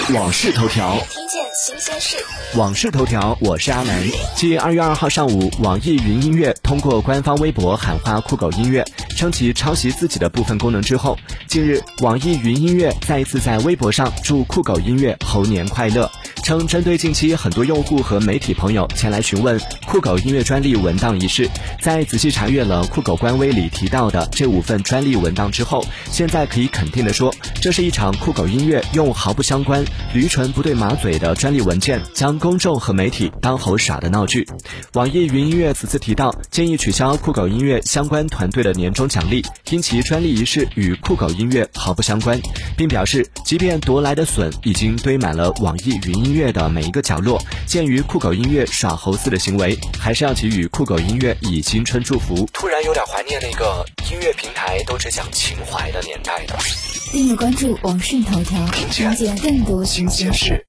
网视头条， 听见新鲜事。 网视头条，我是阿南。继2月2号上午，网易云音乐通过官方微博喊话酷狗音乐，称其抄袭自己的部分功能之后，近日网易云音乐再一次在微博上祝酷狗音乐猴年快乐，称针对近期很多用户和媒体朋友前来询问酷狗音乐专利文档一事，在仔细查阅了酷狗官微里提到的这5份专利文档之后，现在可以肯定的说，这是一场酷狗音乐用毫不相关、驴唇不对马嘴的专利文件将公众和媒体当猴耍的闹剧。网易云音乐此次提到，建议取消酷狗音乐相关团队的年终奖励，因其专利一事与酷狗音乐毫不相关，并表示，即便夺来的笋已经堆满了网易云音乐的每一个角落，鉴于酷狗音乐耍猴子的行为，还是要给予酷狗音乐以新春祝福。突然有点怀念那个音乐平台都只讲情怀的年代的。 订阅关注网视头条，听见更多新鲜事。